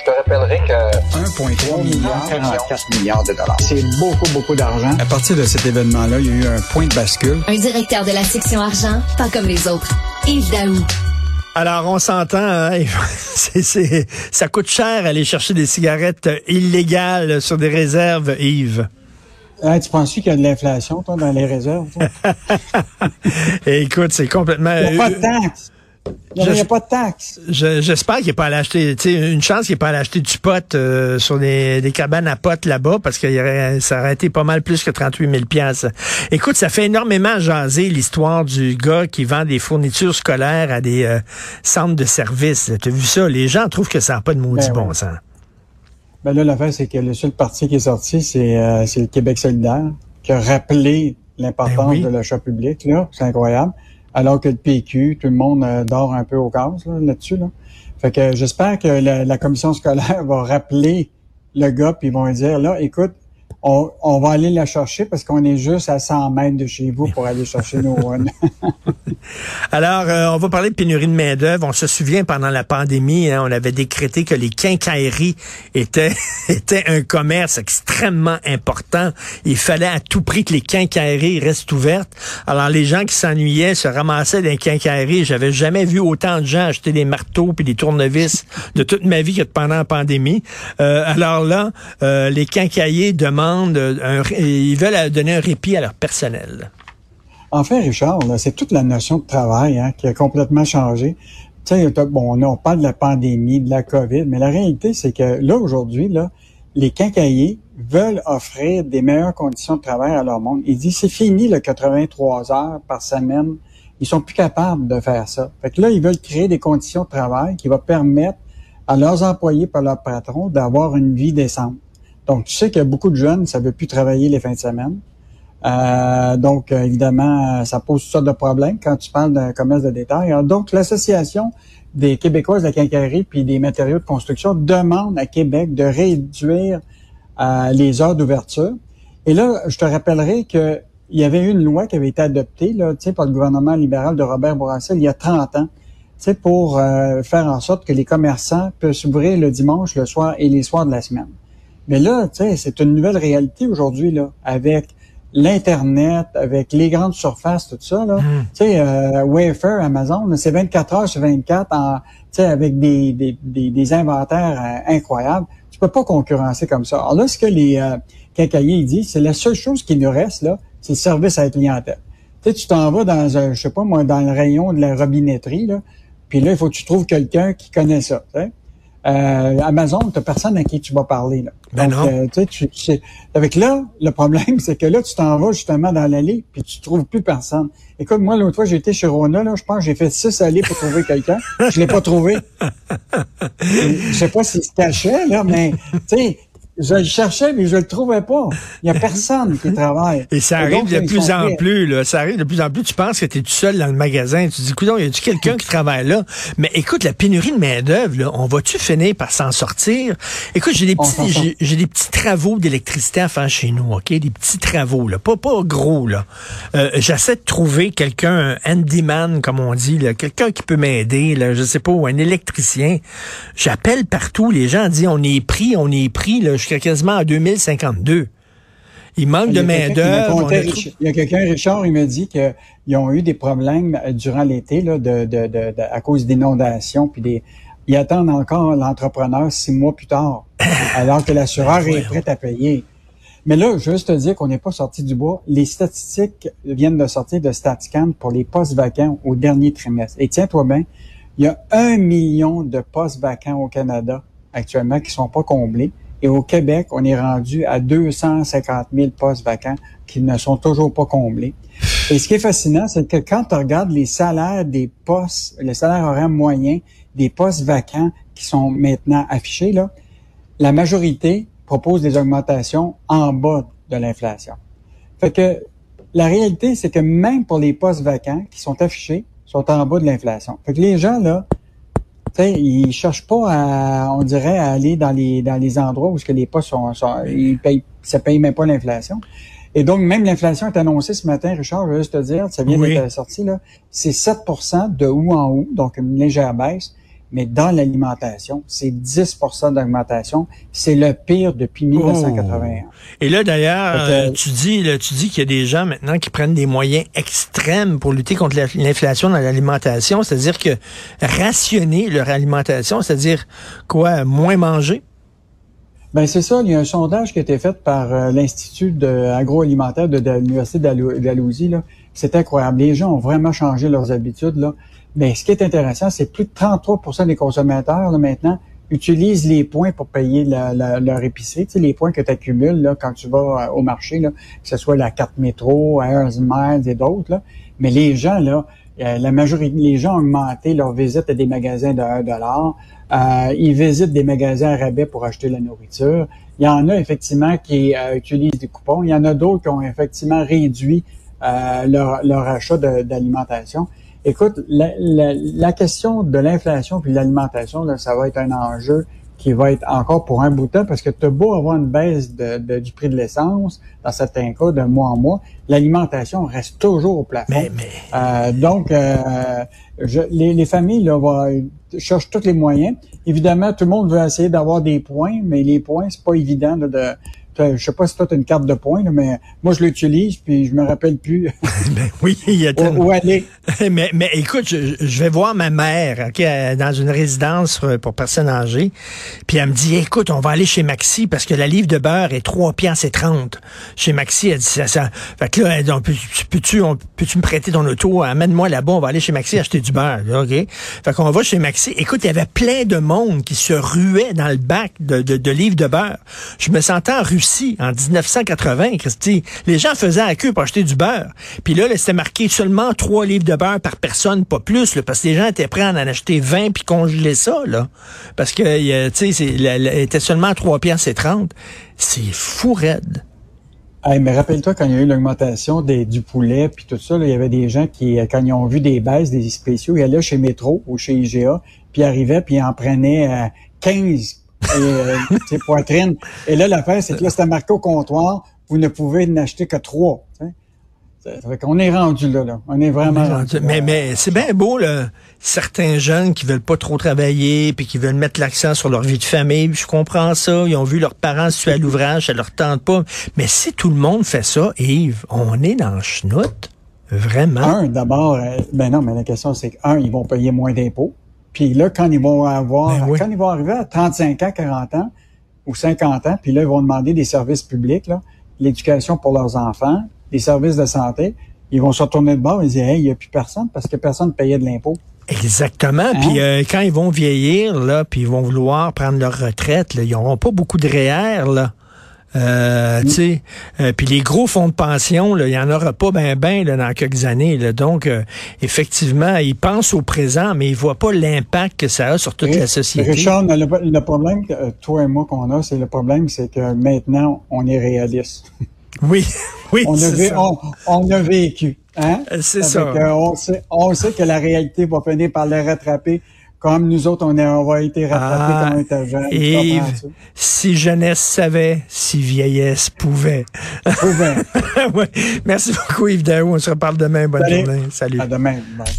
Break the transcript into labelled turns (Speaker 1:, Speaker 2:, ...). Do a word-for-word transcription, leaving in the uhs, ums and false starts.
Speaker 1: te rappellerai que
Speaker 2: un virgule trois milliard, quarante-quatre milliards de dollars. C'est beaucoup, beaucoup d'argent.
Speaker 3: À partir de cet événement-là, il y a eu un point de bascule.
Speaker 4: Un directeur de la section argent, pas comme les autres. Yves Daou.
Speaker 5: Alors, on s'entend, hein, c'est, c'est, ça coûte cher aller chercher des cigarettes illégales sur des réserves, Yves.
Speaker 2: Hein, tu penses qu'il y a de l'inflation, toi, dans les réserves?
Speaker 5: Écoute, c'est complètement...
Speaker 2: Il n'y a pas de taxe. Il n'y a pas de taxe.
Speaker 5: Je, j'espère qu'il n'est pas allé acheter, tu sais, une chance qu'il n'est pas allé acheter du pot euh, sur des, des cabanes à potes là-bas, parce que aurait, ça aurait été pas mal plus que trente-huit mille piastres. Écoute, ça fait énormément jaser l'histoire du gars qui vend des fournitures scolaires à des euh, centres de services. Tu as vu ça? Les gens trouvent que ça n'a pas de maudit ben, bon oui. sens.
Speaker 2: Ben là, l'affaire, c'est que le seul parti qui est sorti, c'est, euh, c'est le Québec solidaire, qui a rappelé l'importance ben oui. de l'achat public, là. C'est incroyable. Alors que le P Q, tout le monde euh, dort un peu au gaz là, là-dessus. Là. Fait que j'espère que la, la commission scolaire va rappeler le gars, puis ils vont lui dire, là, écoute, on, on va aller la chercher parce qu'on est juste à cent mètres de chez vous pour aller chercher nos...
Speaker 5: Alors, euh, on va parler de pénurie de main-d'œuvre. On se souvient, pendant la pandémie, hein, on avait décrété que les quincailleries étaient, étaient un commerce extrêmement important. Il fallait à tout prix que les quincailleries restent ouvertes. Alors, les gens qui s'ennuyaient se ramassaient dans les quincailleries. J'avais jamais vu autant de gens acheter des marteaux puis des tournevis de toute ma vie que pendant la pandémie. Euh, alors là, euh, les quincailliers demandent un, ils veulent donner un répit à leur personnel.
Speaker 2: En fait, Richard, là, c'est toute la notion de travail hein, qui a complètement changé. Tu sais, bon, on parle de la pandémie, de la COVID, mais la réalité, c'est que là, aujourd'hui, là, les quincailliers veulent offrir des meilleures conditions de travail à leur monde. Ils disent, c'est fini le quatre-vingt-trois heures par semaine. Ils sont plus capables de faire ça. Fait que là, ils veulent créer des conditions de travail qui vont permettre à leurs employés par leurs patrons d'avoir une vie décente. Donc, tu sais qu'il y a beaucoup de jeunes, ça veut plus travailler les fins de semaine. Euh, donc, euh, évidemment, ça pose toutes sortes de problèmes quand tu parles d'un commerce de détail. Alors, donc, l'Association des Québécois de la quincaillerie puis des matériaux de construction demande à Québec de réduire euh, les heures d'ouverture. Et là, je te rappellerai que il y avait une loi qui avait été adoptée là, tu sais, par le gouvernement libéral de Robert Bourassa il y a trente ans, tu sais, pour euh, faire en sorte que les commerçants puissent ouvrir le dimanche, le soir et les soirs de la semaine. Mais là, tu sais, c'est une nouvelle réalité aujourd'hui, là, avec l'Internet, avec les grandes surfaces, tout ça, là. Mm. Tu sais, euh, Wayfair, Amazon, là, c'est vingt-quatre heures sur vingt-quatre, en, tu sais, avec des, des, des, des inventaires euh, incroyables. Tu peux pas concurrencer comme ça. Alors là, ce que les euh, quincailliers disent, c'est la seule chose qui nous reste, là, c'est le service à la clientèle. Tu sais, tu t'en vas dans, un, je sais pas moi, dans le rayon de la robinetterie, là, puis là, il faut que tu trouves quelqu'un qui connaît ça, tu sais. Euh, Amazon, t'as personne à qui tu vas parler, là.
Speaker 5: Ben
Speaker 2: Donc,
Speaker 5: non.
Speaker 2: euh, tu sais, tu, tu, avec là, le problème, c'est que là, tu t'en vas justement dans l'allée, puis tu trouves plus personne. Écoute, moi, l'autre fois, j'ai été chez Rona, là, je pense que j'ai fait six allées pour trouver quelqu'un. Je l'ai pas trouvé. Je sais pas s'il se cachait, là, mais, tu sais, je le cherchais, mais je le trouvais pas. Il y a personne qui travaille.
Speaker 5: Et ça arrive de plus en plus, là. Ça arrive de plus en plus. Tu penses que tu es tout seul dans le magasin. Tu te dis, coudonc, y a-tu quelqu'un qui travaille là? Mais écoute, la pénurie de main-d'œuvre, là, on va-tu finir par s'en sortir? Écoute, j'ai des petits, j'ai, j'ai des petits travaux d'électricité à faire chez nous, OK? Des petits travaux, là. Pas, pas gros, là. Euh, j'essaie de trouver quelqu'un, un handyman, comme on dit, là. Quelqu'un qui peut m'aider, là. Je sais pas, ou un électricien. J'appelle partout. Les gens disent, on est pris, on est pris, là. Jusqu'à quasiment en deux mille cinquante-deux. Il manque de main-d'œuvre.
Speaker 2: A... Il y a quelqu'un, Richard, il m'a dit qu'ils ont eu des problèmes durant l'été là, de, de, de, de, à cause d'inondations. Puis des, ils attendent encore l'entrepreneur six mois plus tard, alors que l'assureur est prêt à payer. Mais là, je veux juste te dire qu'on n'est pas sorti du bois. Les statistiques viennent de sortir de StatScan pour les postes vacants au dernier trimestre. Et tiens-toi bien, il y a un million de postes vacants au Canada actuellement qui sont pas comblés. Et au Québec, on est rendu à deux cent cinquante mille postes vacants qui ne sont toujours pas comblés. Et ce qui est fascinant, c'est que quand tu regardes les salaires des postes, le salaire horaire moyen des postes vacants qui sont maintenant affichés, là, la majorité propose des augmentations en bas de l'inflation. Fait que la réalité, c'est que même pour les postes vacants qui sont affichés, sont en bas de l'inflation. Fait que les gens, là, tu sais, ils cherchent pas à, on dirait, à aller dans les dans les endroits où ce que les postes sont, sont ils payent, ça paye même pas l'inflation. Et donc, même l'inflation est annoncée ce matin, Richard, je veux juste te dire, ça vient oui. d'être sorti, là. C'est sept pour cent de où en où, donc une légère baisse. mais dans l'alimentation, c'est dix pour cent d'augmentation. C'est le pire depuis mille neuf cent quatre-vingt-un. Oh.
Speaker 5: Et là, d'ailleurs, euh, tu dis, là, tu dis qu'il y a des gens maintenant qui prennent des moyens extrêmes pour lutter contre l'inflation dans l'alimentation, c'est-à-dire que rationner leur alimentation, c'est-à-dire quoi, moins manger?
Speaker 2: Ben c'est ça. Il y a un sondage qui a été fait par euh, l'Institut de agroalimentaire de, de l'Université de Dalhousie, là. C'est incroyable. Les gens ont vraiment changé leurs habitudes, là. Mais ce qui est intéressant, c'est plus de trente-trois pour cent des consommateurs, là, maintenant, utilisent les points pour payer la, la, leur épicerie. Tu sais, les points que tu accumules, là, quand tu vas au marché, là, que ce soit la carte métro, Airs Miles et d'autres, là. Mais les gens, là, euh, la majorité, les gens ont augmenté leur visite à des magasins de un dollar. Euh, ils visitent des magasins à rabais pour acheter la nourriture. Il y en a effectivement qui euh, utilisent des coupons. Il y en a d'autres qui ont effectivement réduit euh, leur, leur achat de, d'alimentation. Écoute, la, la, la question de l'inflation puis de l'alimentation, là, ça va être un enjeu qui va être encore pour un bout de temps parce que tu as beau avoir une baisse de, de, du prix de l'essence, dans certains cas, de mois en mois, l'alimentation reste toujours au plafond.
Speaker 5: Mais, mais...
Speaker 2: Euh, donc, euh, je, les, les familles là, va, cherchent tous les moyens. Évidemment, tout le monde veut essayer d'avoir des points, mais les points, c'est pas évident là, de... Je sais pas si toi, tu as une carte de points, là, mais moi, je l'utilise, puis je me rappelle plus.
Speaker 5: Ben oui, il y a tellement...
Speaker 2: Où, où aller.
Speaker 5: mais, mais écoute, je, je vais voir ma mère, OK, dans une résidence pour personnes âgées, puis elle me dit, écoute, on va aller chez Maxi, parce que la livre de beurre est trois piastres et trente. Chez Maxi, elle dit ça. ça. Fait que là, elle dit, on peut, peux-tu, on, peux-tu me prêter ton auto? Amène-moi là-bas, on va aller chez Maxi acheter du beurre, là, OK? Fait qu'on va chez Maxi. Écoute, il y avait plein de monde qui se ruait dans le bac de, de, de livres de beurre. Je me sentais en Russie en dix-neuf cent quatre-vingts, Christy. Les gens faisaient la queue pour acheter du beurre. Puis là, là c'était marqué seulement trois livres de beurre par personne, pas plus, là, parce que les gens étaient prêts à en acheter vingt puis congeler ça, là. Parce que, euh, tu sais, c'est, était seulement à trois piastres et trente. C'est fou raide.
Speaker 2: Hey, mais rappelle-toi, quand il y a eu l'augmentation des, du poulet puis tout ça, là, il y avait des gens qui, quand ils ont vu des baisses, des spéciaux, ils allaient chez Métro ou chez I G A, puis ils arrivaient puis ils en prenaient euh, quinze et euh, ses poitrines. Et là, l'affaire, c'est que là, c'était marqué au comptoir, vous ne pouvez n'acheter que trois. T'sais. Ça fait qu'on est rendu là, là. On est vraiment on est rendu.
Speaker 5: rendu mais, mais c'est bien beau, là. Certains jeunes qui veulent pas trop travailler, puis qui veulent mettre l'accent sur leur vie de famille. Je comprends ça. Ils ont vu leurs parents se tuer à l'ouvrage, ça leur tente pas. Mais si tout le monde fait ça, Yves, on est dans le schnout. Vraiment.
Speaker 2: Un, d'abord, euh, ben non, mais la question, c'est que, un, ils vont payer moins d'impôts. Puis là, quand ils vont avoir, ben oui. quand ils vont arriver à trente-cinq ans, quarante ans ou cinquante ans, puis là, ils vont demander des services publics, là, l'éducation pour leurs enfants, des services de santé, ils vont se retourner de bord et dire, hey, il n'y a plus personne parce que personne ne payait de l'impôt.
Speaker 5: Exactement. Hein? Puis euh, quand ils vont vieillir, là, puis ils vont vouloir prendre leur retraite, là, ils n'auront pas beaucoup de R E E R, là. Euh, tu sais, euh, puis les gros fonds de pension, il y en aura pas ben ben là, dans quelques années. Là. Donc, euh, effectivement, ils pensent au présent, mais ils voient pas l'impact que ça a sur toute
Speaker 2: et,
Speaker 5: la société.
Speaker 2: Richard, le, le problème que toi et moi qu'on a, c'est le problème, c'est que maintenant, on est réaliste.
Speaker 5: Oui, oui,
Speaker 2: on, a
Speaker 5: c'est
Speaker 2: vé-
Speaker 5: ça.
Speaker 2: On, on a vécu. Hein?
Speaker 5: C'est
Speaker 2: Avec,
Speaker 5: ça.
Speaker 2: Euh, on, sait, on sait que la réalité va finir par les rattraper. Comme nous autres, on, est, on va être rattrapés ah, quand on était jeunes.
Speaker 5: Yves, si jeunesse savait, si vieillesse pouvait.
Speaker 2: Pouvait.
Speaker 5: Ouais. Merci beaucoup, Yves Daou. On se reparle demain. Bonne
Speaker 2: Salut.
Speaker 5: journée. Salut.
Speaker 2: À demain. Bye.